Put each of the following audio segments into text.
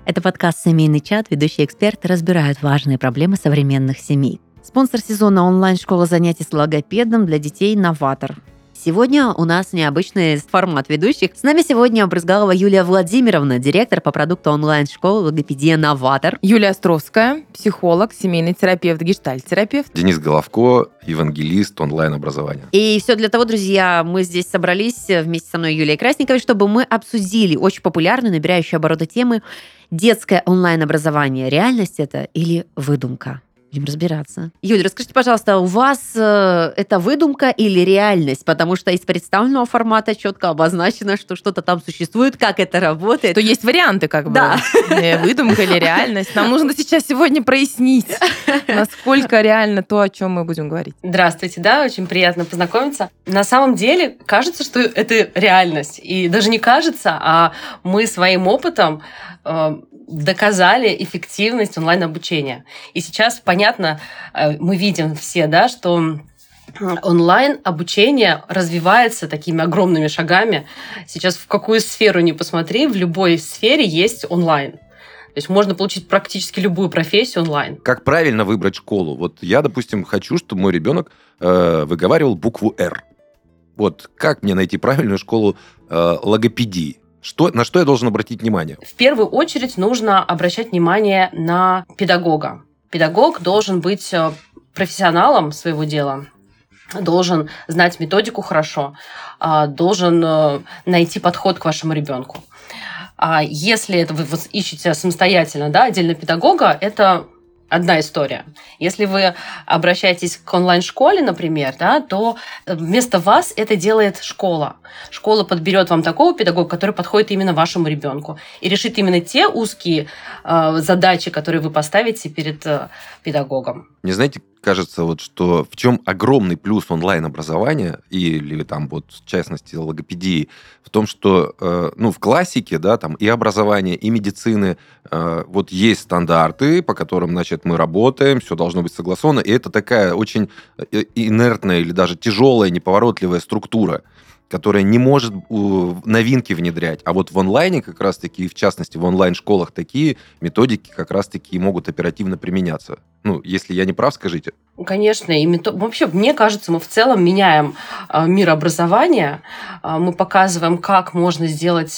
Это подкаст «Семейный чат». Ведущие эксперты разбирают важные проблемы современных семей. Спонсор сезона онлайн-школа занятий с логопедом для детей «Новатор». Сегодня у нас необычный формат ведущих. С нами сегодня Брызгалова Юлия Владимировна, директор по продукту онлайн-школы «Логопедия Новатор». Юлия Островская, психолог, семейный терапевт, гештальт-терапевт. Денис Головко, евангелист онлайн-образования. И все для того, друзья, мы здесь собрались вместе со мной Юлией Красниковой, чтобы мы обсудили очень популярную, набирающую обороты темы детское онлайн-образование. Реальность это или выдумка? Будем разбираться. Юля, расскажите, пожалуйста, у вас это выдумка или реальность? Потому что из представленного формата четко обозначено, что что-то там существует, как это работает. Что есть варианты, как бы. Да. Выдумка или реальность. Нам нужно сейчас сегодня прояснить, насколько реально то, о чем мы будем говорить. Здравствуйте, да, очень приятно познакомиться. На самом деле, кажется, что это реальность. И даже не кажется, а мы своим опытом доказали эффективность онлайн-обучения. И сейчас, понятно, мы видим все, да, что онлайн-обучение развивается такими огромными шагами. Сейчас в какую сферу ни посмотри, в любой сфере есть онлайн. То есть можно получить практически любую профессию онлайн. Как правильно выбрать школу? Вот я, допустим, хочу, чтобы мой ребенок выговаривал букву «Р». Вот как мне найти правильную школу логопедии? На что я должен обратить внимание? В первую очередь нужно обращать внимание на педагога. Педагог должен быть профессионалом своего дела, должен знать методику хорошо, должен найти подход к вашему ребенку. А если это вы ищете самостоятельно, да, отдельно педагога, это одна история. Если вы обращаетесь к онлайн-школе, например, да, то вместо вас это делает школа. Школа подберет вам такого педагога, который подходит именно вашему ребенку и решит именно те узкие задачи, которые вы поставите перед педагогом. Мне, знаете, кажется, вот, что в чем огромный плюс онлайн-образования или там вот в частности логопедии, в том, что в классике, да, там и образование, и медицины вот есть стандарты, по которым, значит, мы работаем, все должно быть согласовано, и это такая очень инертная или даже тяжелая, неповоротливая структура, которая не может новинки внедрять. А вот в онлайне как раз-таки, в частности, в онлайн-школах такие методики как раз-таки могут оперативно применяться. Если я не прав, скажите. Конечно. Вообще, мне кажется, мы в целом меняем мир образования. Мы показываем, как можно сделать,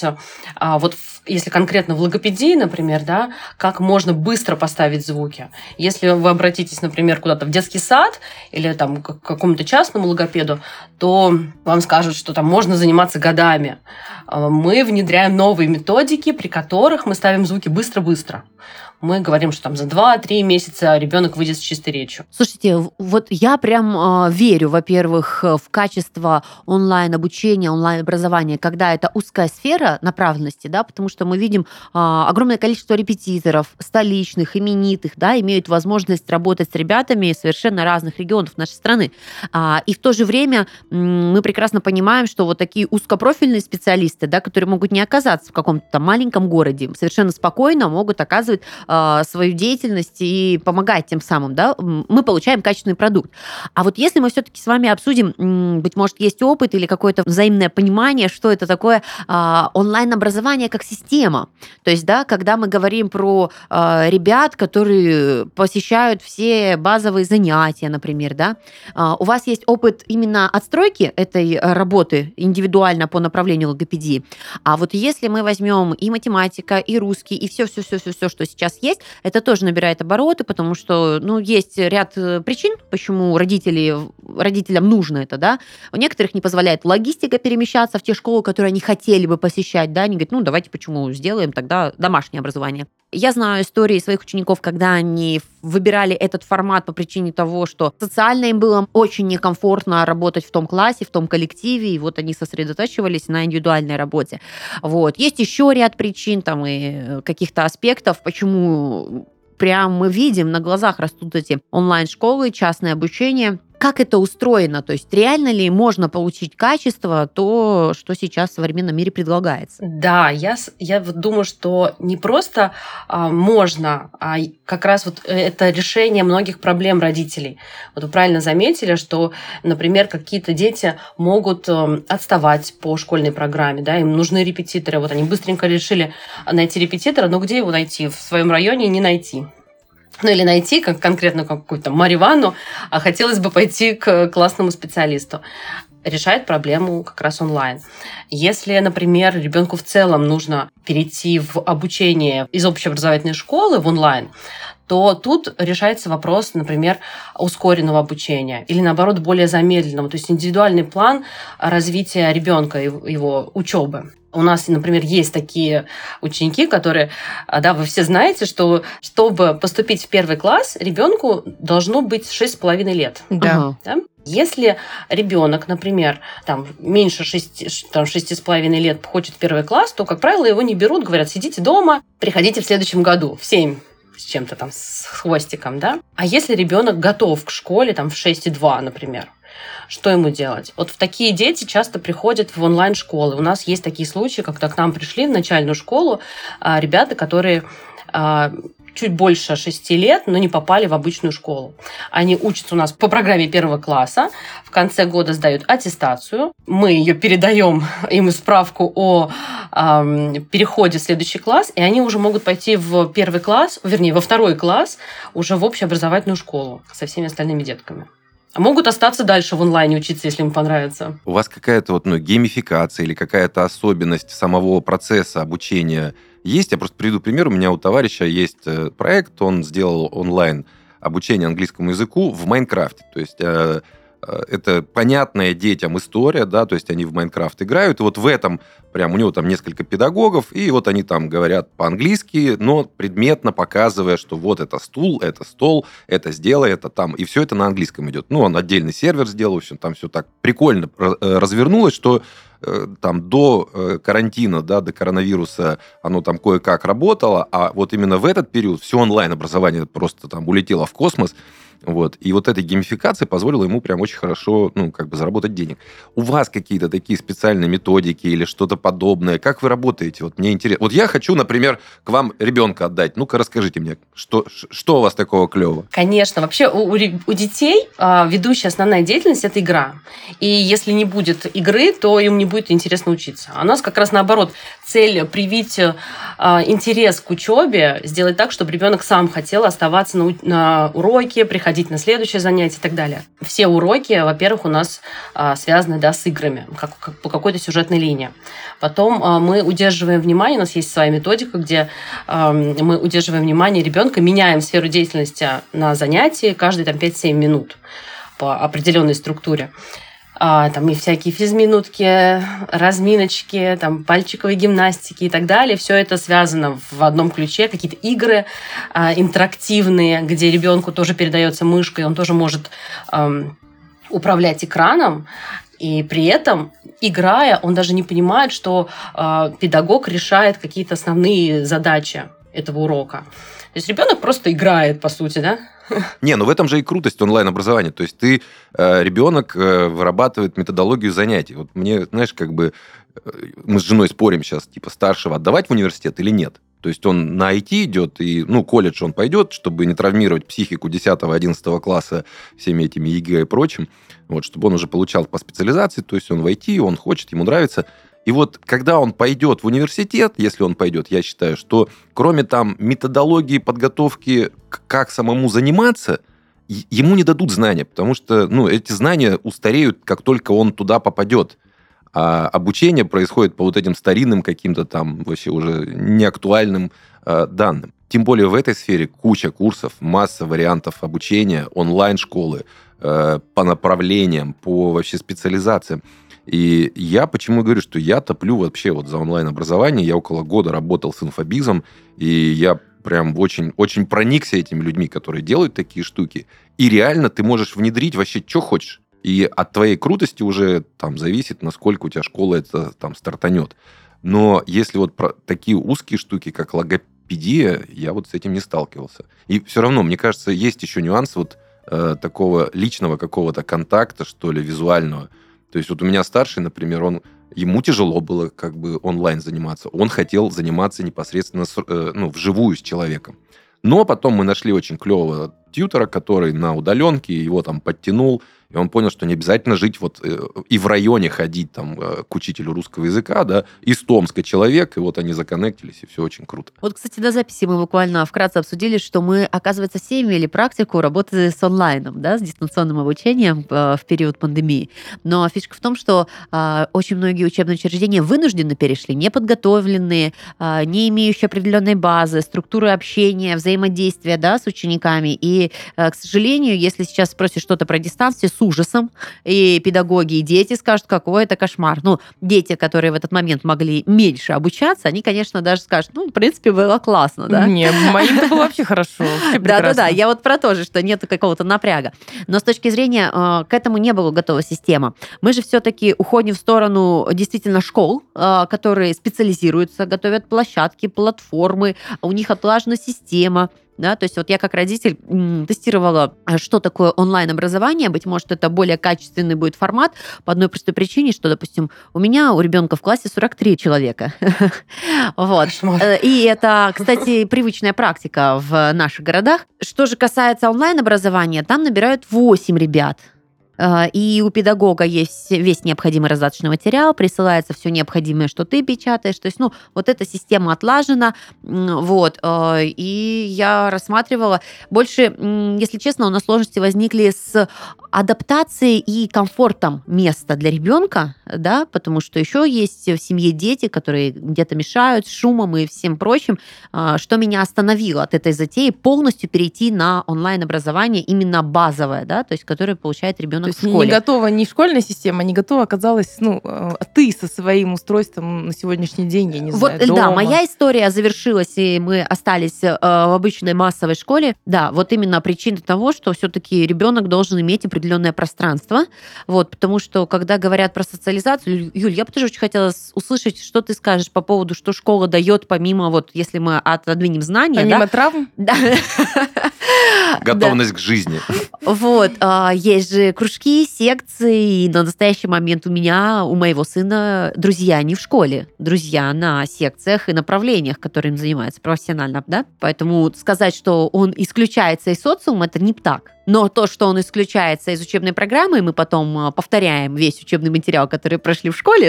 если конкретно в логопедии, например, да, как можно быстро поставить звуки. Если вы обратитесь, например, куда-то в детский сад или там, к какому-то частному логопеду, то вам скажут, что там можно заниматься годами. Мы внедряем новые методики, при которых мы ставим звуки быстро-быстро. Мы говорим, что там за 2-3 месяца ребенок выйдет с чистой речью. Слушайте, вот я прям верю, во-первых, в качество онлайн-обучения, онлайн-образования, когда это узкая сфера направленности, да, потому что мы видим огромное количество репетиторов, столичных, именитых, да, имеют возможность работать с ребятами из совершенно разных регионов нашей страны. И в то же время мы прекрасно понимаем, что вот такие узкопрофильные специалисты, да, которые могут не оказаться в каком-то маленьком городе, совершенно спокойно могут оказывать свою деятельность и помогать тем самым, да, мы получаем качественный продукт. А вот если мы все-таки с вами обсудим, быть может, есть опыт или какое-то взаимное понимание, что это такое онлайн-образование как система. То есть, да, когда мы говорим про ребят, которые посещают все базовые занятия, например, да, у вас есть опыт именно отстройки этой работы индивидуально по направлению логопедии. А вот если мы возьмем и математика, и русский, и все, что сейчас есть, это тоже набирает обороты, потому что, есть ряд причин, почему родителям нужно это, да. У некоторых не позволяет логистика перемещаться в те школы, которые они хотели бы посещать, да. Они говорят, давайте почему сделаем тогда домашнее образование. Я знаю истории своих учеников, когда они выбирали этот формат по причине того, что социально им было очень некомфортно работать в том классе, в том коллективе, и вот они сосредотачивались на индивидуальной работе. Вот. Есть еще ряд причин там, и каких-то аспектов, почему прям мы видим, на глазах растут эти онлайн-школы, частное обучение. как это устроено? То есть реально ли можно получить качество, то, что сейчас в современном мире предлагается? Да, я вот думаю, что не просто можно, а как раз вот это решение многих проблем родителей. Вот вы правильно заметили, что, например, какие-то дети могут отставать по школьной программе, да, им нужны репетиторы. Вот они быстренько решили найти репетитора, но где его найти? В своем районе не найти. Ну, или найти конкретно какую-то Марью Ивановну, а хотелось бы пойти к классному специалисту. Решает проблему как раз онлайн. Если, например, ребенку в целом нужно перейти в обучение из общеобразовательной школы в онлайн, то тут решается вопрос, например, ускоренного обучения или, наоборот, более замедленного, то есть индивидуальный план развития ребенка, его учебы. У нас, например, есть такие ученики, которые, да, вы все знаете, что чтобы поступить в 1 класс, ребенку должно быть 6,5 лет. Да. Да? Если ребенок, например, там, меньше 6,5 лет хочет в 1 класс, то, как правило, его не берут, говорят, сидите дома, приходите в следующем году, в 7 с чем-то там, с хвостиком, да. А если ребенок готов к школе, там, в 6,2, например, что ему делать? Вот в такие дети часто приходят в онлайн-школы. У нас есть такие случаи, когда к нам пришли в начальную школу ребята, которые чуть больше 6 лет, но не попали в обычную школу. Они учатся у нас по программе 1 класса, в конце года сдают аттестацию, мы ее передаем им справку о переходе в следующий класс, и они уже могут пойти в 1 класс, вернее, во 2 класс, уже в общеобразовательную школу со всеми остальными детками. А могут остаться дальше в онлайне учиться, если им понравится. У вас какая-то вот, геймификация или какая-то особенность самого процесса обучения есть? Я просто приведу пример. У меня у товарища есть проект, он сделал онлайн обучение английскому языку в Майнкрафте. То есть это понятная детям история, да, то есть они в Майнкрафт играют, и вот в этом прям у него там несколько педагогов, и вот они там говорят по-английски, но предметно показывая, что вот это стул, это стол, это сделай, это там, и все это на английском идет. Ну, он отдельный сервер сделал, в общем, там все так прикольно развернулось, что там до карантина, да, до коронавируса оно там кое-как работало, а вот именно в этот период все онлайн-образование просто там улетело в космос. Вот. И вот эта геймификация позволила ему прям очень хорошо, заработать денег. У вас какие-то такие специальные методики или что-то подобное? Как вы работаете? Вот мне интересно. Вот я хочу, например, к вам ребенка отдать. Ну-ка, расскажите мне, что у вас такого клевого? Конечно. Вообще у детей ведущая основная деятельность – это игра. И если не будет игры, то им не будет интересно учиться. А у нас как раз наоборот цель привить интерес к учебе, сделать так, чтобы ребенок сам хотел оставаться на уроке, приходить на следующее занятие и так далее. Все уроки, во-первых, у нас связаны, да, с играми, как по какой-то сюжетной линии. Потом мы удерживаем внимание, у нас есть своя методика, где мы удерживаем внимание ребенка, меняем сферу деятельности на занятии каждые 5-7 минут по определенной структуре. Там и всякие физминутки, разминочки, там пальчиковые гимнастики и так далее. Все это связано в одном ключе. Какие-то игры интерактивные, где ребенку тоже передается мышка, и он тоже может управлять экраном. И при этом, играя, он даже не понимает, что педагог решает какие-то основные задачи этого урока. То есть ребенок просто играет, по сути, да? Не, в этом же и крутость онлайн-образования. То есть ребенок вырабатывает методологию занятий. Вот мне, знаешь, мы с женой спорим сейчас, старшего отдавать в университет или нет. То есть он на IT идет, и, колледж он пойдет, чтобы не травмировать психику 10-11 класса всеми этими ЕГЭ и прочим, вот, чтобы он уже получал по специализации, то есть он в IT, он хочет, ему нравится. И вот когда он пойдет в университет, если он пойдет, я считаю, что кроме там методологии подготовки, как самому заниматься, ему не дадут знания, потому что эти знания устареют, как только он туда попадет. А обучение происходит по вот этим старинным каким-то там вообще уже неактуальным данным. Тем более в этой сфере куча курсов, масса вариантов обучения, онлайн-школы, по направлениям, по вообще специализациям. И я почему говорю, что я топлю вообще вот за онлайн-образование. Я около года работал с инфобизом, и я прям очень, очень проникся этими людьми, которые делают такие штуки. И реально ты можешь внедрить вообще, что хочешь. И от твоей крутости уже там зависит, насколько у тебя школа это там стартанет. Но если вот про такие узкие штуки, как логопедия, я вот с этим не сталкивался. И все равно, мне кажется, есть еще нюанс вот такого личного какого-то контакта, что ли, визуального. То есть вот у меня старший, например, ему тяжело было как бы онлайн заниматься. Он хотел заниматься непосредственно вживую с человеком. Но потом мы нашли очень клевого тьютора, который на удаленке его там подтянул, и он понял, что не обязательно жить вот и в районе ходить там к учителю русского языка, да, из Томска человек, и вот они законнектились, и все очень круто. Вот, кстати, до записи мы буквально вкратце обсудили, что мы, оказывается, все имели практику работы с онлайном, да, с дистанционным обучением в период пандемии. Но фишка в том, что очень многие учебные учреждения вынуждены перешли, неподготовленные, не имеющие определенной базы, структуры общения, взаимодействия, да, с учениками. И, к сожалению, если сейчас спросишь что-то про дистанцию, с ужасом, и педагоги, и дети скажут, какой это кошмар. Ну, дети, которые в этот момент могли меньше обучаться, они, конечно, даже скажут, в принципе, было классно, да? Не, моим-то было вообще хорошо. Да-да-да, я вот про то же, что нет какого-то напряга. Но с точки зрения, к этому не была готова система. Мы же все-таки уходим в сторону действительно школ, которые специализируются, готовят площадки, платформы, у них отлажена система. Да, то есть вот я как родитель тестировала, что такое онлайн-образование. Быть может, это более качественный будет формат по одной простой причине, что, допустим, у ребенка в классе 43 человека. Вот. И это, кстати, привычная практика в наших городах. Что же касается онлайн-образования, там набирают 8 ребят. И у педагога есть весь необходимый раздаточный материал, присылается все необходимое, что ты печатаешь. То есть, вот эта система отлажена. Вот. И я рассматривала. Больше, если честно, у нас сложности возникли с адаптацией и комфортом места для ребенка, да, потому что еще есть в семье дети, которые где-то мешают с шумом и всем прочим, что меня остановило от этой затеи полностью перейти на онлайн-образование именно базовое, да, то есть которое получает ребенок в школе. Не готова ни школьная система, не готова оказалась, ты со своим устройством на сегодняшний день, я не знаю, дома. Да, моя история завершилась, и мы остались в обычной массовой школе. Да, вот именно причина того, что все-таки ребенок должен иметь определенное пространство, вот, потому что, когда говорят про социализацию, Юль, я бы тоже очень хотела услышать, что ты скажешь по поводу, что школа дает, помимо, вот, если мы отодвинем знания. Помимо травм? Да. Готовность к жизни. Вот, есть же кружки, секции, и на настоящий момент у моего сына друзья не в школе, друзья на секциях и направлениях, которыми занимается профессионально, да, поэтому сказать, что он исключается из социума, это не так. Но то, что он исключается из учебной программы, и мы потом повторяем весь учебный материал, который прошли в школе,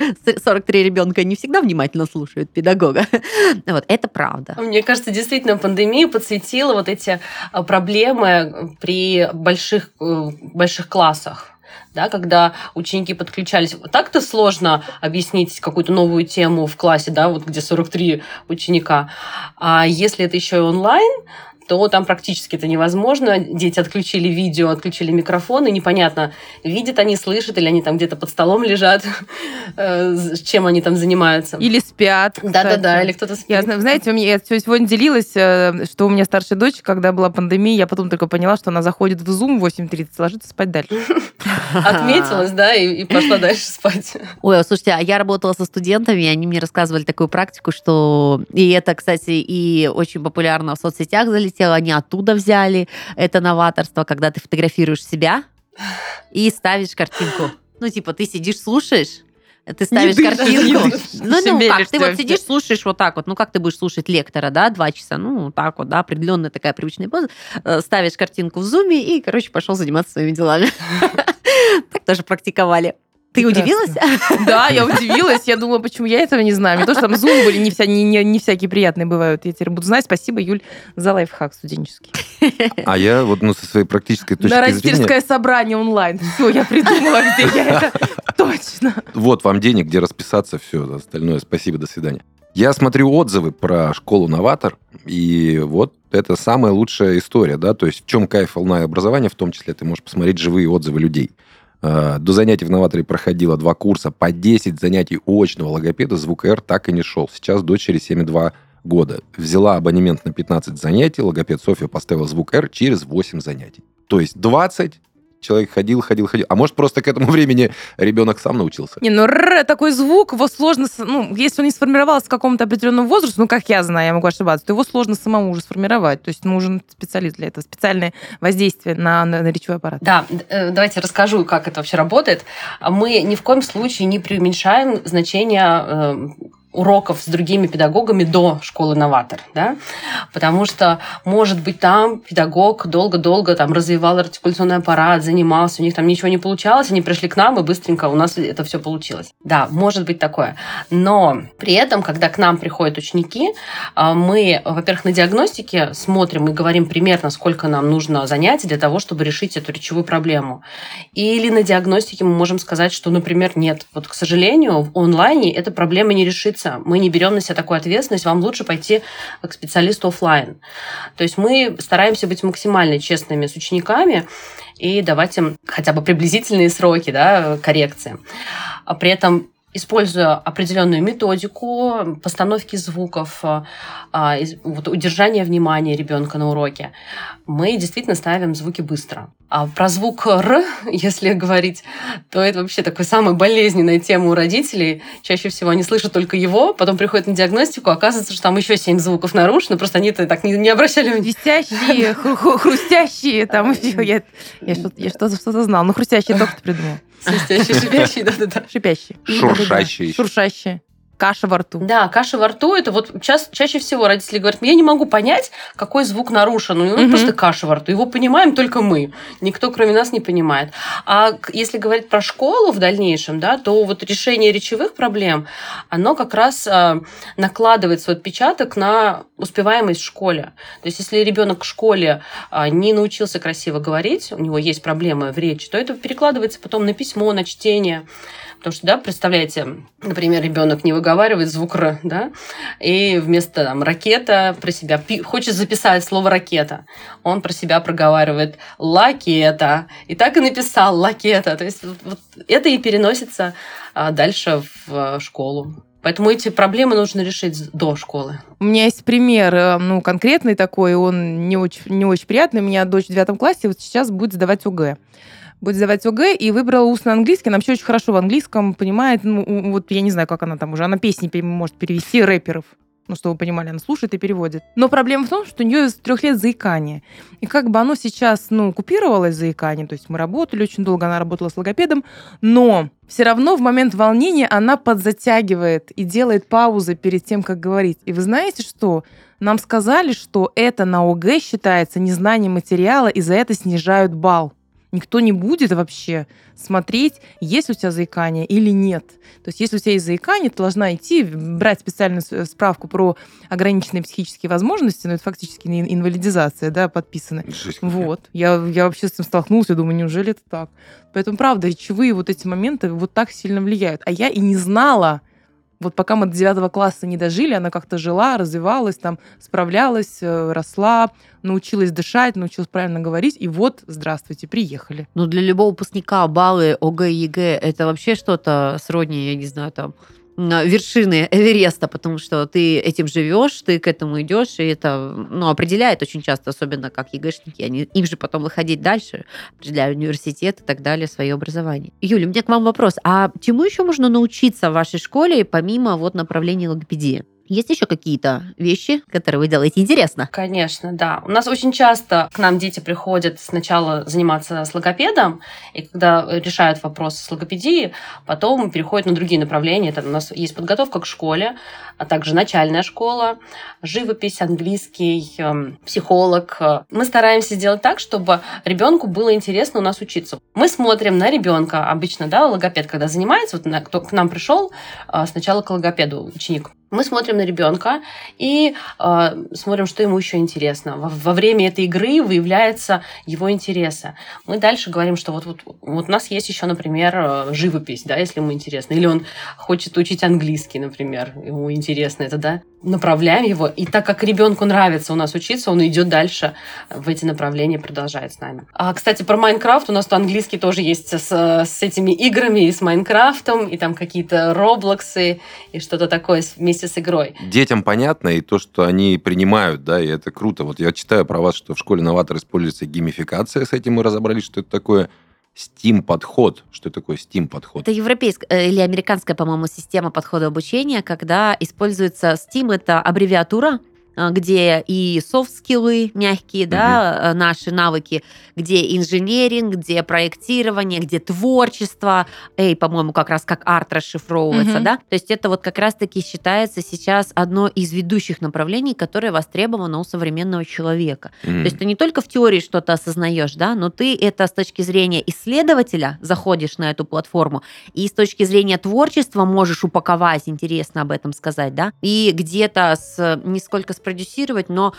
43 ребенка не всегда внимательно слушают педагога. Вот, это правда. Мне кажется, действительно, пандемия подсветила вот эти проблемы при больших классах. Да, когда ученики подключались. Так-то сложно объяснить какую-то новую тему в классе, да, вот где 43 ученика. А если это еще и онлайн, то там практически это невозможно. Дети отключили видео, отключили микрофон, и непонятно, видят они, слышат, или они там где-то под столом лежат, чем они там занимаются. Или спят. Да-да-да, или кто-то спит. Я знаю, знаете, я сегодня делилась, что у меня старшая дочь, когда была пандемия, я потом только поняла, что она заходит в Zoom в 8:30, ложится спать дальше. Отметилась, да, и пошла дальше спать. Ой, слушайте, а я работала со студентами, и они мне рассказывали такую практику, что... И это, кстати, и очень популярно в соцсетях залетело, они оттуда взяли это новаторство, когда ты фотографируешь себя и ставишь картинку. Типа, ты сидишь, слушаешь, ты ставишь картинку. Как? Ты вот сидишь, слушаешь вот так вот. Как ты будешь слушать лектора, да, 2 часа? Так вот, да, определенная такая привычная поза. Ставишь картинку в зуме и, пошел заниматься своими делами. Так тоже практиковали. Ты удивилась? Да, я удивилась. Я думала, почему я этого не знаю. Не то, что там Zoom были не всякие приятные бывают. Я теперь буду знать. Спасибо, Юль, за лайфхак студенческий. А я вот со своей практической точки зрения... На родительское собрание онлайн. Все, я придумала, где я это... Точно. Вот вам денег, где расписаться, все остальное. Спасибо, до свидания. Я смотрю отзывы про школу «Новатор», и вот это самая лучшая история, да, то есть в чем кайф онлайн-образования, в том числе ты можешь посмотреть живые отзывы людей. До занятий в «Новаторе» проходило 2 курса, по 10 занятий очного логопеда, звук-Р так и не шел. Сейчас дочери 7,2 года. Взяла абонемент на 15 занятий, логопед Софья поставила звук-Р через 8 занятий. То есть 20 человек ходил. А может, просто к этому времени ребенок сам научился? Не, ну такой звук, его сложно, если он не сформировался к какому-то определенному возрасту, как я знаю, я могу ошибаться, то его сложно самому уже сформировать. То есть нужен специалист для этого, специальное воздействие на речевой аппарат. Да, давайте расскажу, как это вообще работает. Мы ни в коем случае не преуменьшаем значение уроков с другими педагогами до школы «Новатор», да? Потому что, может быть, там педагог долго-долго там развивал артикуляционный аппарат, занимался, у них там ничего не получалось, они пришли к нам, и быстренько у нас это все получилось. Да, может быть такое. Но при этом, когда к нам приходят ученики, мы, во-первых, на диагностике смотрим и говорим примерно, сколько нам нужно занятий для того, чтобы решить эту речевую проблему. Или на диагностике мы можем сказать, что, например, нет, вот, к сожалению, в онлайне эта проблема не решится. Мы не берем на себя такую ответственность, вам лучше пойти к специалисту офлайн. То есть мы стараемся быть максимально честными с учениками и давать им хотя бы приблизительные сроки, да, коррекции. А при этом, используя определенную методику постановки звуков, удержания внимания ребенка на уроке, мы действительно ставим звуки быстро. А про звук «р», если говорить, то это вообще такая самая болезненная тема у родителей. Чаще всего они слышат только его, потом приходят на диагностику, оказывается, что там еще 7 звуков нарушено, просто они так не обращали внимания. Висящие, хрустящие, там я что-то знала. Ну, хрустящие только ты придумал. Свистящие, шипящие, да-да-да. Шипящие. Шуршащие. Шуршащие. Каша во рту. Да, каша во рту. Это вот чаще всего родители говорят, я не могу понять, какой звук нарушен. Ну, просто каша во рту. Его понимаем только мы. Никто, кроме нас, не понимает. А если говорить про школу в дальнейшем, да, то вот решение речевых проблем, оно как раз накладывает свой отпечаток на успеваемость в школе. То есть, если ребенок в школе не научился красиво говорить, у него есть проблемы в речи, то это перекладывается потом на письмо, на чтение. Потому что, да, представляете, например, ребенок не выговаривает звук «р», да, и вместо там, «ракета» про себя хочет записать слово «ракета». Он про себя проговаривает «лакета». И так и написал «лакета». То есть вот это и переносится дальше в школу. Поэтому эти проблемы нужно решить до школы. У меня есть пример, конкретный такой, он не очень приятный. У меня дочь в 9 классе вот сейчас будет сдавать ОГЭ. И выбрала устный английский. Она вообще очень хорошо в английском понимает. Вот я не знаю, как она там уже. Она песни может перевести рэперов. Чтобы вы понимали, она слушает и переводит. Но проблема в том, что у нее с 3 лет заикание. И как бы оно сейчас, купировалось заикание. То есть мы работали очень долго, она работала с логопедом. Но все равно в момент волнения она подзатягивает и делает паузы перед тем, как говорить. И вы знаете что? Нам сказали, что это на ОГЭ считается незнанием материала, и за это снижают балл. Никто не будет вообще смотреть, есть ли у тебя заикание или нет. То есть, если у тебя есть заикание, ты должна идти, брать специальную справку про ограниченные психические возможности, но это фактически инвалидизация, да, подписана. Вот. Я вообще с этим столкнулась, я думаю, неужели это так? Поэтому, правда, речевые вот эти моменты вот так сильно влияют. А я и не знала. Вот пока мы до 9 класса не дожили, она как-то жила, развивалась, там, справлялась, росла, научилась дышать, научилась правильно говорить, и вот, здравствуйте, приехали. Ну, для любого выпускника баллы ОГЭ и ЕГЭ это вообще что-то сродни, я не знаю, там, вершины Эвереста, потому что ты этим живешь, ты к этому идешь, и это определяет очень часто, особенно как ЕГЭшники, им же потом выходить дальше, определяют университет и так далее, свое образование. Юля, у меня к вам вопрос. А чему еще можно научиться в вашей школе, помимо направления логопедии? Есть еще какие-то вещи, которые вы делаете интересно? Конечно, да. У нас очень часто к нам дети приходят сначала заниматься с логопедом, и когда решают вопросы с логопедией, потом переходят на другие направления. Это у нас есть подготовка к школе, а также начальная школа, живопись, английский, психолог. Мы стараемся сделать так, чтобы ребенку было интересно у нас учиться. Мы смотрим на ребенка. Обычно, да, логопед, когда занимается, кто к нам пришел, сначала к логопеду ученик. Мы смотрим на ребенка и смотрим, что ему еще интересно. Во время этой игры выявляются его интересы. Мы дальше говорим, что вот у нас есть еще, например, живопись, да, если ему интересно. Или он хочет учить английский, например, ему интересно это, да. Направляем его. И так как ребенку нравится у нас учиться, он идет дальше в эти направления, продолжает с нами. Кстати, про Майнкрафт. У нас английский тоже есть с этими играми, и с Майнкрафтом, и там какие-то Роблоксы, и что-то такое вместе с игрой. Детям понятно, и то, что они принимают, да, и это круто. Вот я читаю про вас, что в школе «Новатор» используется геймификация, с этим мы разобрались, что это такое. STEAM-подход. Что такое STEAM-подход? Это европейская или американская, по-моему, система подхода обучения, когда используется STEAM, это аббревиатура, где и софт-скиллы мягкие, да, наши навыки, где инженеринг, где проектирование, где творчество, по-моему, как раз как арт расшифровывается, да, то есть это вот как раз-таки считается сейчас одно из ведущих направлений, которое востребовано у современного человека. То есть ты не только в теории что-то осознаешь, да, но ты это с точки зрения исследователя заходишь на эту платформу и с точки зрения творчества можешь упаковать, интересно об этом сказать, да, и где-то не сколько продюсировать, но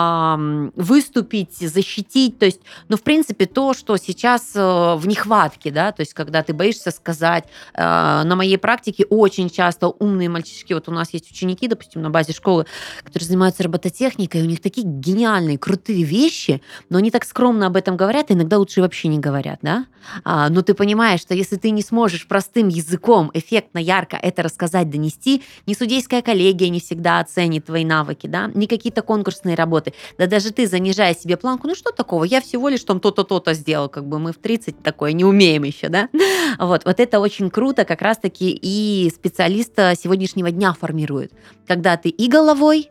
выступить, защитить, то есть, ну, в принципе, то, что сейчас в нехватке, да, то есть, когда ты боишься сказать, на моей практике очень часто умные мальчишки, вот у нас есть ученики, допустим, на базе школы, которые занимаются робототехникой, у них такие гениальные, крутые вещи, но они так скромно об этом говорят, иногда лучше вообще не говорят, да, но ты понимаешь, что если ты не сможешь простым языком эффектно, ярко это рассказать, донести, ни судейская коллегия не всегда оценит твои навыки, да, ни какие-то конкурсные работы. Да даже ты, занижая себе планку, ну что такого, я всего лишь там то-то, то-то сделал, как бы мы в 30 такое не умеем еще, да? Вот это очень круто, как раз-таки и специалиста сегодняшнего дня формирует. Когда ты и головой,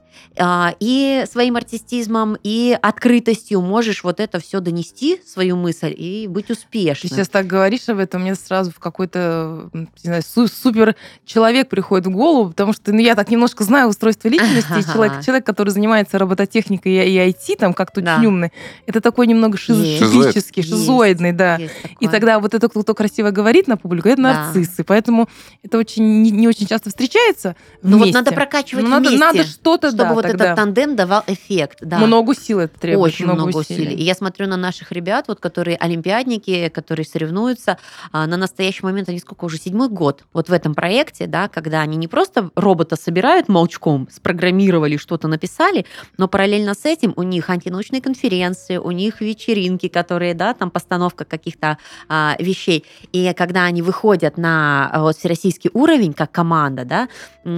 и своим артистизмом, и открытостью можешь вот это все донести, свою мысль, и быть успешным. Ты сейчас так говоришь об этом, мне сразу в какой-то, не знаю, супер человек приходит в голову, потому что я так немножко знаю устройство личности, и человек, который занимается робототехникой и IT, там как-то очень умный, это такой немного шизоидический, шизоидный, да. И тогда вот это, кто красиво говорит на публику, это нарциссы, поэтому это очень не очень часто встречается вместе. Ну вот надо прокачивать вместе. Надо что-то, чтобы вот тогда. этот тандем давал эффект. Да. Много сил это требует. Очень много усилий. И я смотрю на наших ребят, вот, которые олимпиадники, которые соревнуются, на настоящий момент они сколько уже, 7-й год вот в этом проекте, да, когда они не просто робота собирают молчком, спрограммировали, что-то написали, но параллельно с этим у них антинаучные конференции, у них вечеринки, которые, да, там постановка каких-то вещей. И когда они выходят на вот, всероссийский уровень, как команда, да,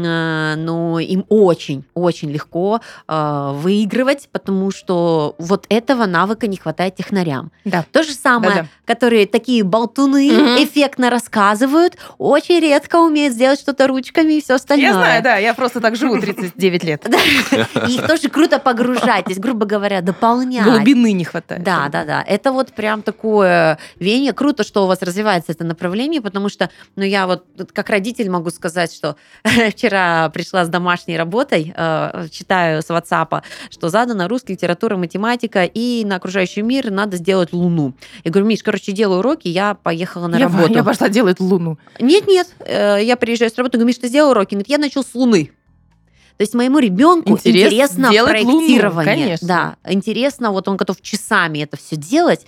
ну, им очень легко выигрывать, потому что вот этого навыка не хватает технарям. Да. То же самое, которые такие болтуны, эффектно рассказывают, очень редко умеют сделать что-то ручками и все остальное. Я знаю, да, я просто так живу 39 лет. Их тоже круто погружать, то есть, грубо говоря, дополнять. Глубины не хватает. Да. Это вот прям такое веяние. Круто, что у вас развивается это направление, потому что, ну, я вот как родитель могу сказать, что вчера пришла с домашней работой, читаю с WhatsApp, что задано русский, литература, математика, и на окружающий мир надо сделать Луну. Я говорю, Миш, делаю уроки, я поехала на работу. Я пошла делать Луну. Нет, я приезжаю с работы, говорю, Миш, ты сделал уроки? Говорит, я начал с Луны. То есть моему ребенку интересно проектирование. Луну, конечно. Да, интересно, вот он готов часами это все делать.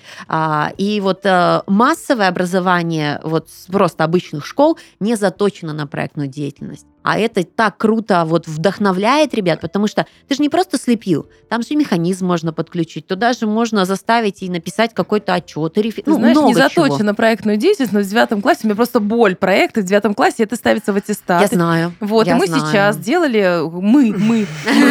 И вот массовое образование вот просто обычных школ не заточено на проектную деятельность. А это так круто вот вдохновляет ребят, потому что ты же не просто слепил, там же механизм можно подключить, туда же можно заставить и написать какой-то отчет. Знаешь, не заточено на проектную деятельность, но в 9 классе у меня просто боль проекта. В 9 классе это ставится в аттестат. Я знаю. Вот, и мы сейчас делали, мы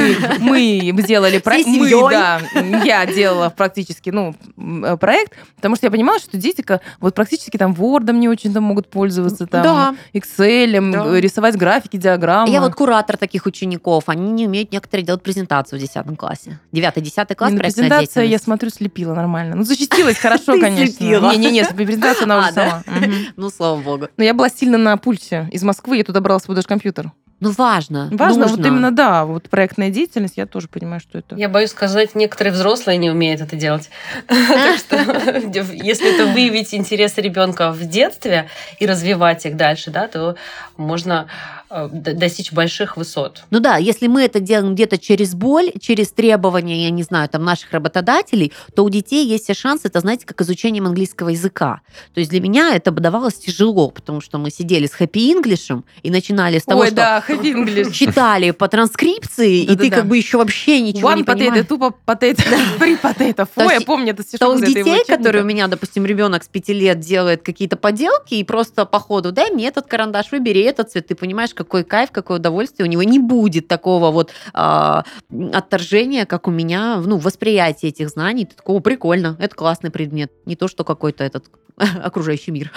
сделали проект. Я делала практически, проект, потому что я понимала, что дети вот практически там Word не очень там могут пользоваться, там Excel, рисовать графики, диаграммы. Я вот куратор таких учеников. Они не умеют некоторые делать презентацию в 10 классе. 9-10 класс, проектная презентация, я смотрю, слепила нормально. Защитилась хорошо, конечно. Не, презентацию она уже сама. Ну, слава богу. Но я была сильно на пульсе. Из Москвы я туда брала свой даже компьютер. Ну, важно. Важно, вот именно, да, вот проектная деятельность, я тоже понимаю, что это. Я боюсь сказать, некоторые взрослые не умеют это делать. Так что, если это выявить интересы ребенка в детстве и развивать их дальше, да, то можно достичь больших высот. Ну да, если мы это делаем где-то через боль, через требования, я не знаю, там наших работодателей, то у детей есть все шансы, это, знаете, как изучением английского языка. То есть для меня это бы давалось тяжело, потому что мы сидели с хэппи-инглишем и начинали с того, что heavy English. читали по транскрипции, и ты Да-да-да. как бы еще вообще ничего One не potato, понимаешь. two potato, three potato. То Фу, я есть помню это То стишок у из этого детей, учебника. которые у меня, допустим, ребенок с 5 лет делает какие-то поделки, и просто по ходу дай мне этот карандаш, выбери этот цвет, ты понимаешь, какой кайф, какое удовольствие, у него не будет такого вот отторжения, как у меня, ну, восприятие этих знаний. Ты такого прикольно, это классный предмет, не то, что какой-то этот окружающий мир.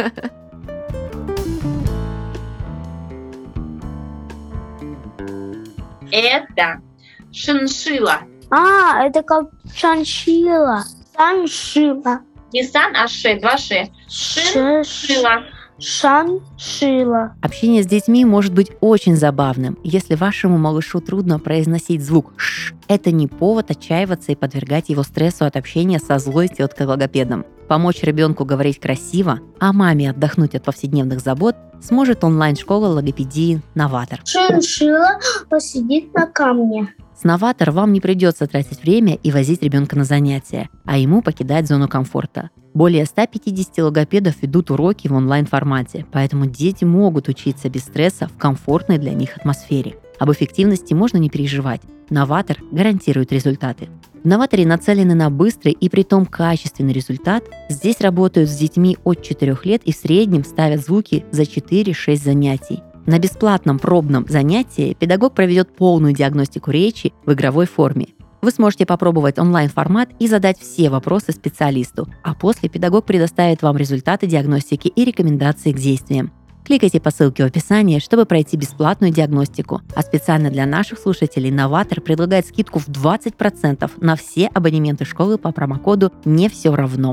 Это шиншила. Это как шаншила. Саншила. Не сан, а ше, два ше. Шиншила. Шаншила. Общение с детьми может быть очень забавным. Если вашему малышу трудно произносить звук «ш», это не повод отчаиваться и подвергать его стрессу от общения со злой теткой-логопедом. Помочь ребенку говорить красиво, а маме отдохнуть от повседневных забот сможет онлайн-школа логопедии «Новатор». Шиншила посидит на камне. С «Новатор» вам не придется тратить время и возить ребенка на занятия, а ему покидать зону комфорта. Более 150 логопедов ведут уроки в онлайн-формате, поэтому дети могут учиться без стресса в комфортной для них атмосфере. Об эффективности можно не переживать. «Новатор» гарантирует результаты. В «Новаторе» нацелены на быстрый и притом качественный результат. Здесь работают с детьми от 4 лет и в среднем ставят звуки за 4-6 занятий. На бесплатном пробном занятии педагог проведет полную диагностику речи в игровой форме. Вы сможете попробовать онлайн-формат и задать все вопросы специалисту, а после педагог предоставит вам результаты диагностики и рекомендации к действиям. Кликайте по ссылке в описании, чтобы пройти бесплатную диагностику. А специально для наших слушателей «Новатор» предлагает скидку в 20% на все абонементы школы по промокоду «Не все равно».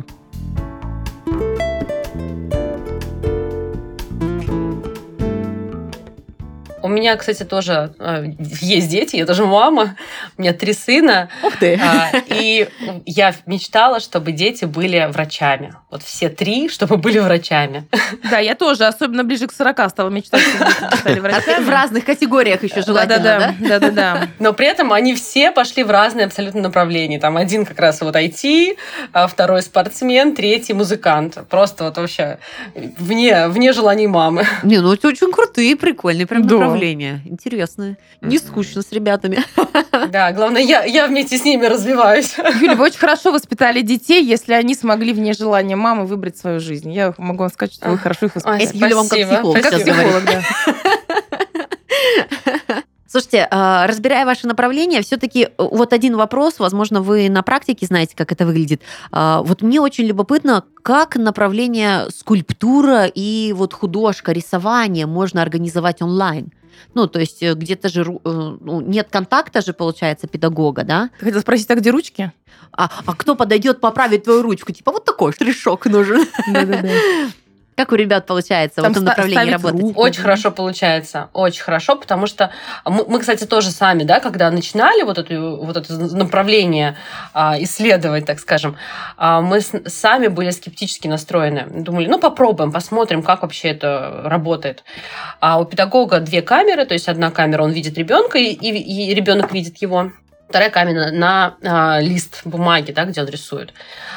У меня, кстати, тоже есть дети, я тоже мама, у меня 3 сына. Ух ты! И я мечтала, чтобы дети были врачами. Вот все 3, чтобы были врачами. Да, я тоже, особенно ближе к 40 стала мечтать, чтобы дети стали А ты врачами. в разных категориях еще желательно, да? Да-да-да. Но при этом они все пошли в разные абсолютно направления. Там один как раз вот IT, а второй спортсмен, третий музыкант. Просто вот вообще вне желаний мамы. Не, ну это очень крутые, прикольные прям Да. направления. Интересные. Не скучно с ребятами. Да, главное, я вместе с ними развиваюсь. Юля, вы очень хорошо воспитали детей, если они смогли вне желания мамы выбрать свою жизнь. Я могу вам сказать, что вы хорошо их воспитали. Это Юля вам как Спасибо. психолог Как сейчас говорит. психолог, да. Слушайте, разбирая ваше направление, все-таки вот один вопрос, возможно, вы на практике знаете, как это выглядит. Вот мне очень любопытно, как направление скульптура и вот художка, рисование можно организовать онлайн. Ну, то есть где-то же нет контакта же, получается, педагога, да? Ты хотела спросить, а где ручки? А кто подойдет поправить твою ручку? Типа вот такой штришок нужен. Да-да-да. Как у ребят получается в Там этом направлении ставить работать? руку. Очень хорошо получается, очень хорошо, потому что мы, кстати, тоже сами, да, когда начинали вот это направление исследовать, так скажем, мы сами были скептически настроены. Думали, ну, попробуем, посмотрим, как вообще это работает. А у педагога 2 камеры, то есть одна камера, он видит ребенка, и ребенок видит его. Вторая камера на лист бумаги, да, где он рисует.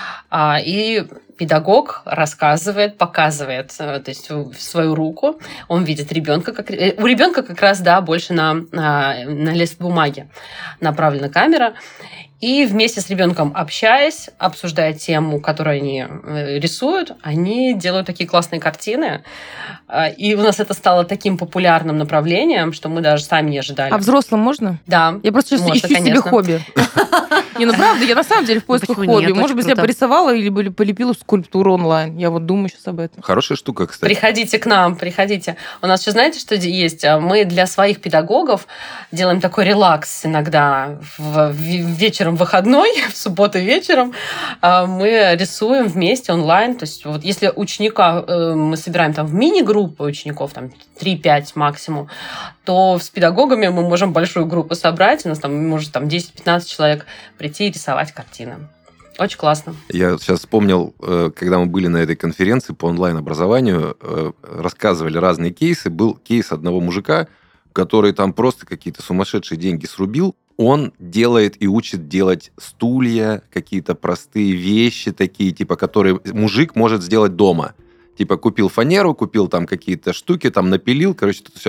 И педагог рассказывает, показывает, то есть свою руку, он видит ребенка, у ребенка как раз, да, больше на лист бумаги направлена камера, и вместе с ребенком общаясь, обсуждая тему, которую они рисуют, они делают такие классные картины, и у нас это стало таким популярным направлением, что мы даже сами не ожидали. А взрослым можно? Да. Я просто сейчас Можно, ищу себе конечно. хобби. Не, ну правда, я на самом деле в поисках почему нет? хобби. Очень Может быть, я круто. порисовала или полепила скульптуру онлайн. Я вот думаю сейчас об этом. Хорошая штука, кстати. Приходите к нам, приходите. У нас еще, знаете, что есть? Мы для своих педагогов делаем такой релакс иногда вечером выходной, в субботу вечером. Мы рисуем вместе онлайн. То есть вот если ученика мы собираем там в мини-группы учеников, там 3-5 максимум, то с педагогами мы можем большую группу собрать. У нас там может там 10-15 человек прийти и рисовать картины. Очень классно. Я сейчас вспомнил, когда мы были на этой конференции по онлайн-образованию, рассказывали разные кейсы. Был кейс одного мужика, который там просто какие-то сумасшедшие деньги срубил. Он делает и учит делать стулья, какие-то простые вещи такие, типа, которые мужик может сделать дома. Типа, купил фанеру, купил там какие-то штуки, там напилил, короче, это все.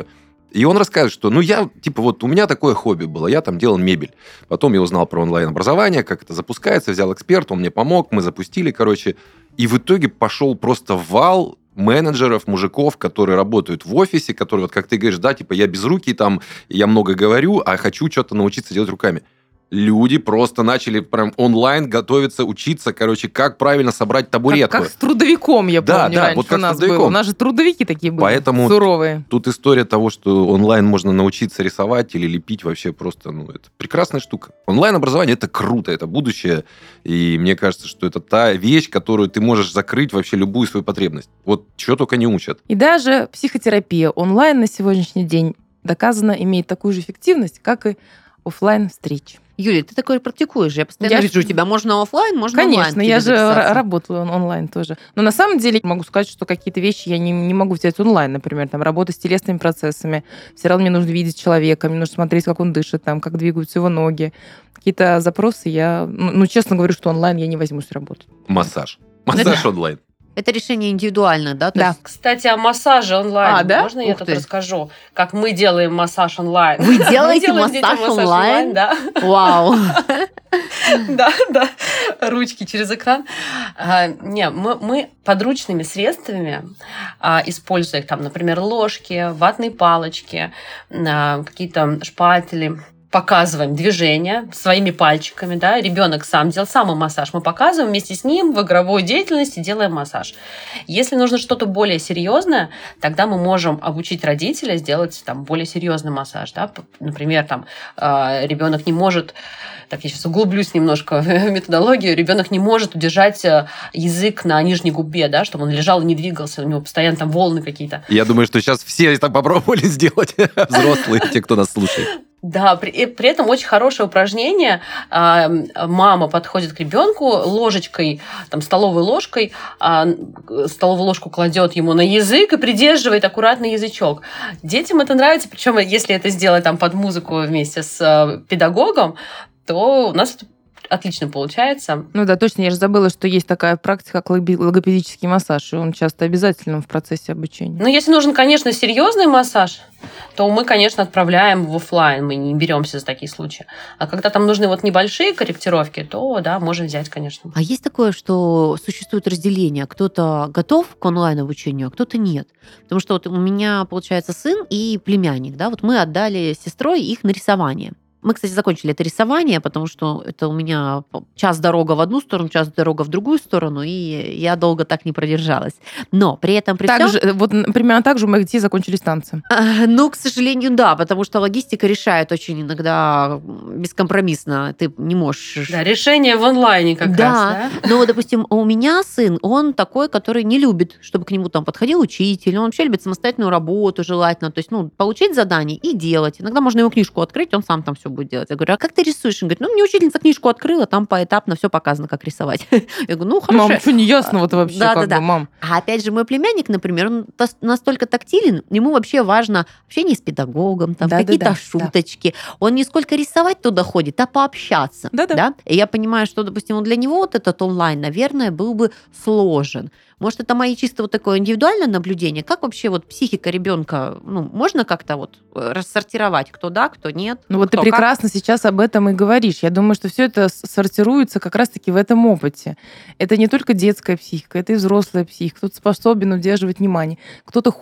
И он рассказывает, что, у меня такое хобби было, я там делал мебель. Потом я узнал про онлайн-образование, как это запускается, взял эксперта, он мне помог, мы запустили, И в итоге пошел просто вал менеджеров, мужиков, которые работают в офисе, которые, как ты говоришь, я безрукий, я много говорю, а хочу что-то научиться делать руками. Люди просто начали прям онлайн готовиться, учиться, как правильно собрать табуретку. Как с трудовиком, я помню, раньше вот как у нас с трудовиком. было. У нас же трудовики такие были, Поэтому суровые. Тут история того, что онлайн можно научиться рисовать или лепить вообще просто, это прекрасная штука. Онлайн-образование – это круто, это будущее. И мне кажется, что это та вещь, которую ты можешь закрыть вообще любую свою потребность. Вот чего только не учат. И даже психотерапия онлайн на сегодняшний день доказано имеет такую же эффективность, как и офлайн встречи. Юлия, ты такое практикуешь. Я постоянно вижу, у тебя можно офлайн, можно Конечно, онлайн. Конечно, я же работаю онлайн тоже. Но на самом деле могу сказать, что какие-то вещи я не могу взять онлайн. Например, работа с телесными процессами. Все равно мне нужно видеть человека, мне нужно смотреть, как он дышит, как двигаются его ноги. Какие-то запросы я... честно говорю, что онлайн я не возьмусь работать. Массаж. Массаж онлайн. Это решение индивидуально, да? Да. Есть... Кстати, о массаже онлайн. Да? Можно я тут расскажу, как мы делаем массаж онлайн? Вы делаете массаж онлайн? Да. Вау. Да. Ручки через экран. Мы подручными средствами, используя их, например, ложки, ватные палочки, какие-то шпатели, показываем движение своими пальчиками, да, ребенок сам делал самомассаж, мы показываем вместе с ним в игровой деятельности, делаем массаж. Если нужно что-то более серьезное, тогда мы можем обучить родителя сделать более серьезный массаж, да, например, ребенок не может, я сейчас углублюсь немножко в методологию, ребенок не может удержать язык на нижней губе, да, чтобы он лежал и не двигался, у него постоянно волны какие-то. Я думаю, что сейчас все так попробовали сделать, взрослые, те, кто нас слушает. Да, при этом очень хорошее упражнение. Мама подходит к ребенку ложечкой, столовой ложкой, столовую ложку кладет ему на язык и придерживает аккуратно язычок. Детям это нравится, причем если это сделать под музыку вместе с педагогом, то у нас это отлично получается. Да, точно. Я же забыла, что есть такая практика, как логопедический массаж, и он часто обязателен в процессе обучения. Если нужен, конечно, серьезный массаж, то мы, конечно, отправляем в офлайн, мы не беремся за такие случаи. А когда там нужны небольшие корректировки, то, да, можем взять, конечно. А есть такое, что существует разделение? Кто-то готов к онлайн-обучению, а кто-то нет. Потому что у меня, получается, сын и племянник, да, мы отдали с сестрой их на рисование. Мы, кстати, закончили это рисование, потому что это у меня час дорога в одну сторону, час дорога в другую сторону, и я долго так не продержалась. Но при этом, при всем... примерно так же у моих детей закончились танцы. К сожалению, да, потому что логистика решает очень иногда бескомпромиссно. Ты не можешь... Да, решение в онлайне как раз, да? Но, допустим, у меня сын, он такой, который не любит, чтобы к нему подходил учитель, он вообще любит самостоятельную работу желательно, то есть, получить задание и делать. Иногда можно ему книжку открыть, он сам все будет делать. Я говорю, а как ты рисуешь? Он говорит, мне учительница книжку открыла, там поэтапно все показано, как рисовать. Я говорю, хорошо. Мам, что неясного-то вообще? Да. Мам. А опять же, мой племянник, например, он настолько тактилен, ему вообще важно общение с педагогом, какие-то шуточки. Он не сколько рисовать туда ходит, а пообщаться. Да? И я понимаю, что, допустим, для него этот онлайн, наверное, был бы сложен. Может, это мои чисто такое индивидуальное наблюдение? Как вообще психика ребенка, можно как-то рассортировать, кто да, кто нет? Ты прекрасно сейчас об этом и говоришь. Я думаю, что все это сортируется как раз-таки в этом опыте. Это не только детская психика, это и взрослая психика. Кто-то способен удерживать внимание, кто-то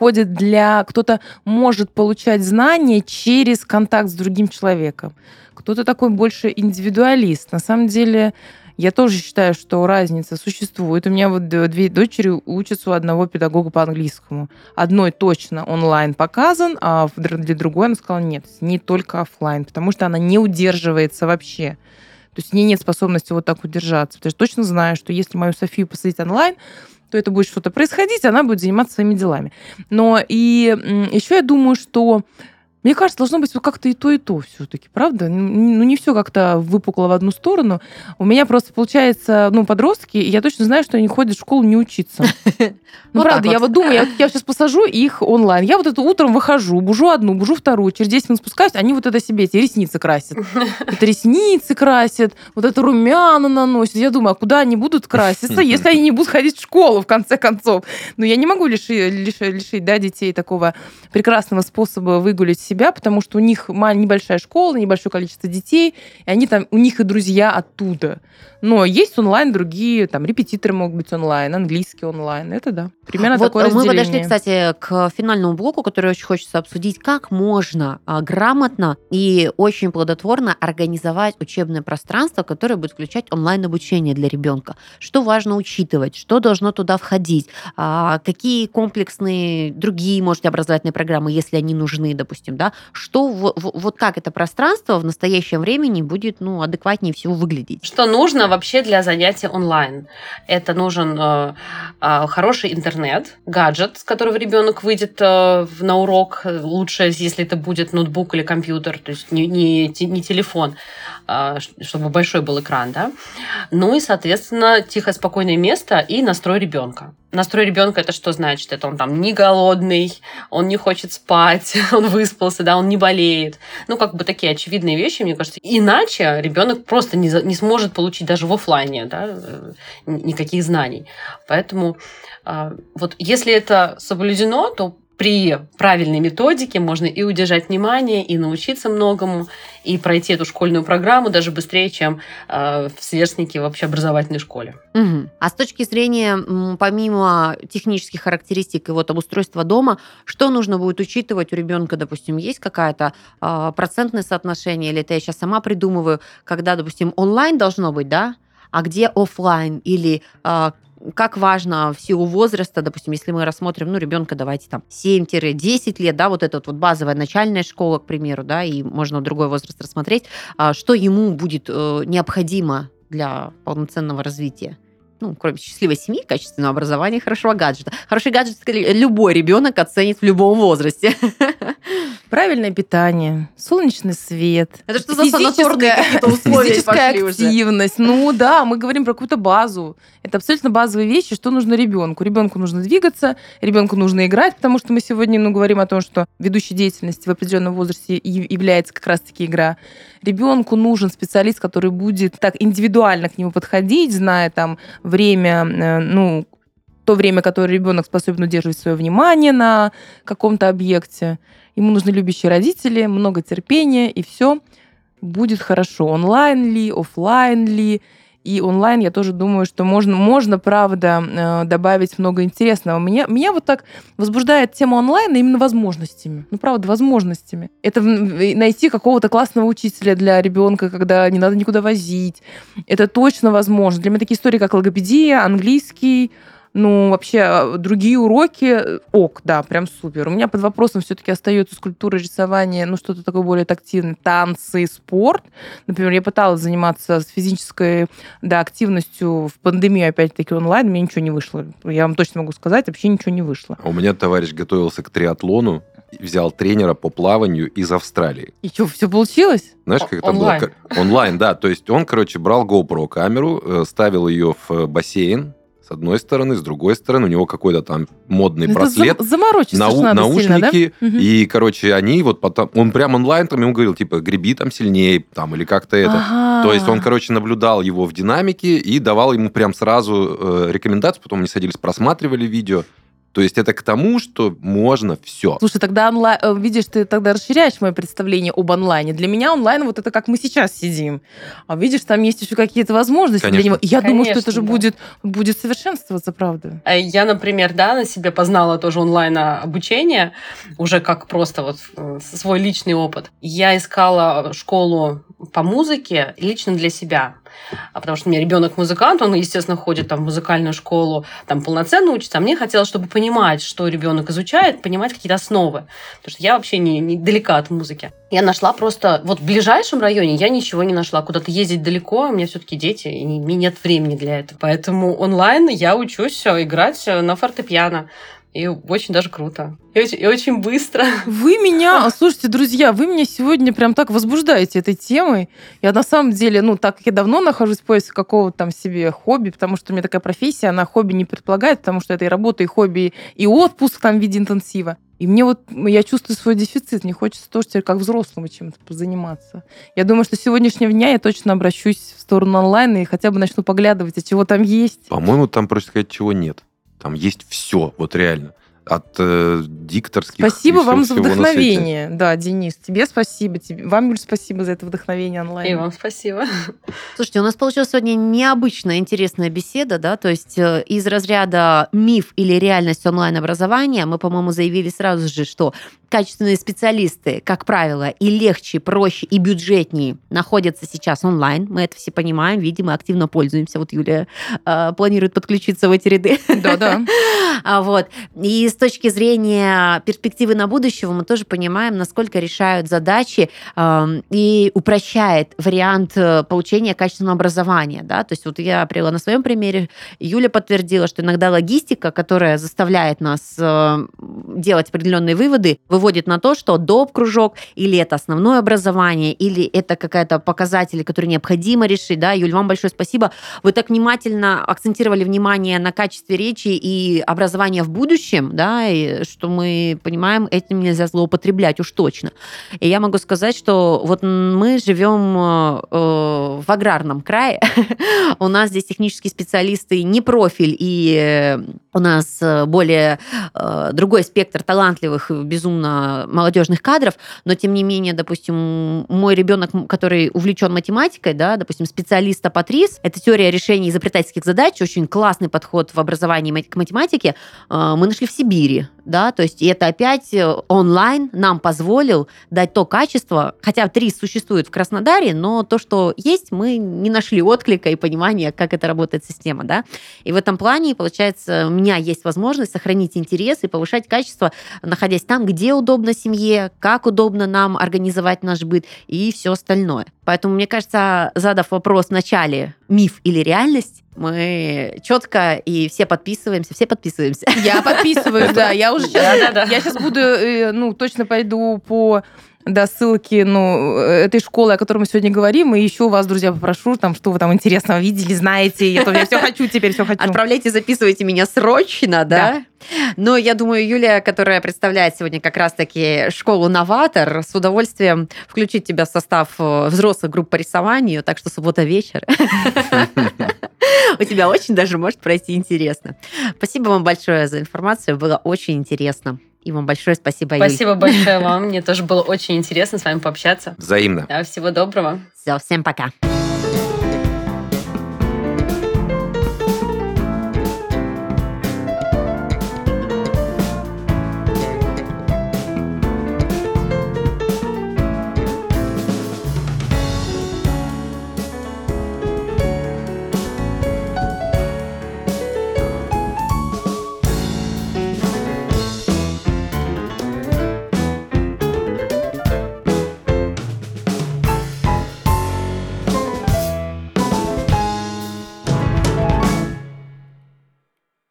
кто-то может получать знания через контакт с другим человеком. Кто-то такой больше индивидуалист. На самом деле... Я тоже считаю, что разница существует. У меня 2 дочери учатся у одного педагога по английскому. Одной точно онлайн показан, а для другой она сказала, нет, с ней только офлайн, потому что она не удерживается вообще. То есть у нее нет способности так удержаться. Потому что точно знаю, что если мою Софию посадить онлайн, то это будет что-то происходить, она будет заниматься своими делами. Но и еще я думаю, что Мне кажется, должно быть вот как-то и то все-таки, правда? Ну, не все как-то выпукло в одну сторону. У меня просто, получается, подростки, и я точно знаю, что они ходят в школу не учиться. Ну, правда, я вот думаю, я сейчас посажу их онлайн. Я вот это утром выхожу, бужу одну, бужу вторую, через 10 минут спускаюсь, они вот это себе, эти ресницы красят. Это ресницы красят, вот это румяна наносят. Я думаю, а куда они будут краситься, если они не будут ходить в школу, в конце концов? Ну, я не могу лишить детей такого прекрасного способа выгулить себя, потому что у них небольшая школа, небольшое количество детей, и они там, у них и друзья оттуда. Но есть онлайн другие, там, репетиторы могут быть онлайн, английский онлайн. Это да. Примерно такое разделение. Мы подошли, кстати, к финальному блоку, который очень хочется обсудить, как можно грамотно и очень плодотворно организовать учебное пространство, которое будет включать онлайн-обучение для ребенка. Что важно учитывать, что должно туда входить, какие комплексные другие, может, образовательные программы, если они нужны, допустим, да, что вот как это пространство в настоящем времени будет, адекватнее всего выглядеть. Что нужно вообще для занятий онлайн? Это нужен хороший интернет, гаджет, с которого ребенок выйдет на урок. Лучше, если это будет ноутбук или компьютер, то есть не телефон, чтобы большой был экран, да. Ну и, соответственно, тихое, спокойное место и настрой ребенка. Настрой ребенка это что значит? Это он там не голодный, он не хочет спать, он выспался, да, он не болеет. Такие очевидные вещи, мне кажется. Иначе ребенок просто не сможет получить даже в офлайне, да, никаких знаний. Поэтому вот если это соблюдено, то при правильной методике можно и удержать внимание, и научиться многому, и пройти эту школьную программу даже быстрее, чем сверстники в общеобразовательной школе. Угу. А с точки зрения, помимо технических характеристик и обустройства дома, что нужно будет учитывать у ребенка, допустим, есть какое-то процентное соотношение, или это я сейчас сама придумываю, когда, допустим, онлайн должно быть, да, а где офлайн, или как важно в силу возраста, допустим, если мы рассмотрим, ребенка, давайте там 7-10 лет, да, вот эта вот базовая начальная школа, к примеру, да, и можно другой возраст рассмотреть, что ему будет необходимо для полноценного развития. Кроме счастливой семьи, качественного образования, хорошего гаджета. Хороший гаджет любой ребенок оценит в любом возрасте. Правильное питание, солнечный свет. Это что за санаторные какие-то условия физическая пошли активность. Да, мы говорим про какую-то базу. Это абсолютно базовые вещи, что нужно ребенку. Ребенку нужно двигаться, ребенку нужно играть, потому что мы сегодня говорим о том, что ведущей деятельностью в определенном возрасте является как раз-таки игра. Ребенку нужен специалист, который будет так индивидуально к нему подходить, зная там время, то время, которое ребенок способен удерживать свое внимание на каком-то объекте. Ему нужны любящие родители, много терпения, и все будет хорошо. Онлайн ли, офлайн ли. И онлайн, я тоже думаю, что можно, правда, добавить много интересного. Меня вот так возбуждает тема онлайна именно возможностями. Правда, возможностями. Это найти какого-то классного учителя для ребенка, когда не надо никуда возить. Это точно возможно. Для меня такие истории, как логопедия, английский, вообще другие уроки, да, прям супер. У меня под вопросом все-таки остается скульптура, рисование, что-то такое более тактильное, танцы, спорт. Например, я пыталась заниматься с физической, активностью в пандемию, опять-таки, онлайн, у меня ничего не вышло. Я вам точно могу сказать, вообще ничего не вышло. У меня товарищ готовился к триатлону, взял тренера по плаванию из Австралии. И что, все получилось? Знаешь, как это было? Онлайн, да. То есть он, брал GoPro камеру, ставил ее в бассейн, с одной стороны, с другой стороны, у него какой-то там модный браслет, наушники, сильно, да? И, они потом... Он прям онлайн там ему говорил, греби там сильнее, там, или как-то это. Ага. То есть он, наблюдал его в динамике и давал ему прям сразу рекомендации, потом они садились, просматривали видео. То есть это к тому, что можно все. Слушай, тогда онлайн, видишь, ты тогда расширяешь мое представление об онлайне. Для меня онлайн это как мы сейчас сидим. А видишь, там есть еще какие-то возможности. Конечно. Для него. И я думаю, что это же да. будет совершенствоваться, правда. Я, например, на себе познала тоже онлайн-обучение, уже как просто свой личный опыт. Я искала школу по музыке лично для себя. Потому что у меня ребенок музыкант, он, естественно, ходит в музыкальную школу, там полноценно учится, а мне хотелось, чтобы понимать, что ребенок изучает, понимать какие-то основы. Потому что я вообще не далека от музыки. Я нашла просто... в ближайшем районе я ничего не нашла. Куда-то ездить далеко, у меня все-таки дети, и мне нет времени для этого. Поэтому онлайн я учусь играть на фортепиано. И очень даже круто. И очень быстро. Вы меня, слушайте, друзья, вы меня сегодня прям так возбуждаете этой темой. Я на самом деле, так как я давно нахожусь в поиске какого-то там себе хобби, потому что у меня такая профессия, она хобби не предполагает, потому что это и работа, и хобби, и отпуск там в виде интенсива. И мне я чувствую свой дефицит, мне хочется тоже теперь как взрослому чем-то позаниматься. Я думаю, что с сегодняшнего дня я точно обращусь в сторону онлайна и хотя бы начну поглядывать, а чего там есть. По-моему, там, проще сказать, чего нет. Там есть все, вот реально. От дикторских... Спасибо вам за всего на свете. вдохновение. Да, Денис, тебе спасибо. Вам, Юль, спасибо за это вдохновение онлайн. И вам спасибо. Слушайте, у нас получилась сегодня необычная, интересная беседа, да, то есть из разряда миф или реальность онлайн-образования мы, по-моему, заявили сразу же, что качественные специалисты, как правило, и легче, проще, и бюджетнее находятся сейчас онлайн. Мы это все понимаем, видим и активно пользуемся. Вот Юлия планирует подключиться в эти ряды. Да-да. Вот. И с точки зрения перспективы на будущее мы тоже понимаем, насколько решают задачи и упрощает вариант получения качественного образования. Да? То есть вот я привела на своем примере, Юля подтвердила, что иногда логистика, которая заставляет нас делать определенные выводы, выводит на то, что доп. Кружок или это основное образование, или это какая-то показатели, которые необходимо решить. Да? Юль, вам большое спасибо. Вы так внимательно акцентировали внимание на качестве речи и образования в будущем, да, и что мы понимаем, этим нельзя злоупотреблять уж точно. И я могу сказать, что вот мы живем в аграрном крае, у нас здесь технические специалисты не профиль, и у нас более другой спектр талантливых, безумно молодежных кадров, но тем не менее, допустим, мой ребенок, который увлечен математикой, да, допустим, специалист Патрис, это теория решения изобретательских задач, очень классный подход в образовании к математике, мы нашли в Сибири, да, то есть и это опять онлайн нам позволил дать то качество, хотя ТРИС существует в Краснодаре, но то, что есть, мы не нашли отклика и понимания, как это работает система, да, и в этом плане, получается, у меня есть возможность сохранить интерес и повышать качество, находясь там, где удобно семье, как удобно нам организовать наш быт и все остальное. Поэтому, мне кажется, задав вопрос в начале, миф или реальность, мы четко и все подписываемся. Я подписываюсь, да. Я уже сейчас, я сейчас буду, точно пойду по ссылки, этой школы, о которой мы сегодня говорим, и еще вас, друзья, попрошу, что вы там интересного видели, знаете. Я все хочу, теперь все хочу. Отправляйте, записывайте меня срочно, да? Но я думаю, Юлия, которая представляет сегодня как раз-таки школу «Новатор», с удовольствием включит тебя в состав взрослых групп по рисованию, так что суббота вечер. У тебя очень даже может пройти интересно. Спасибо вам большое за информацию, было очень интересно. И вам большое спасибо, Юль. Спасибо большое вам, мне тоже было очень интересно с вами пообщаться. Взаимно. Да, всего доброго. Все, всем пока.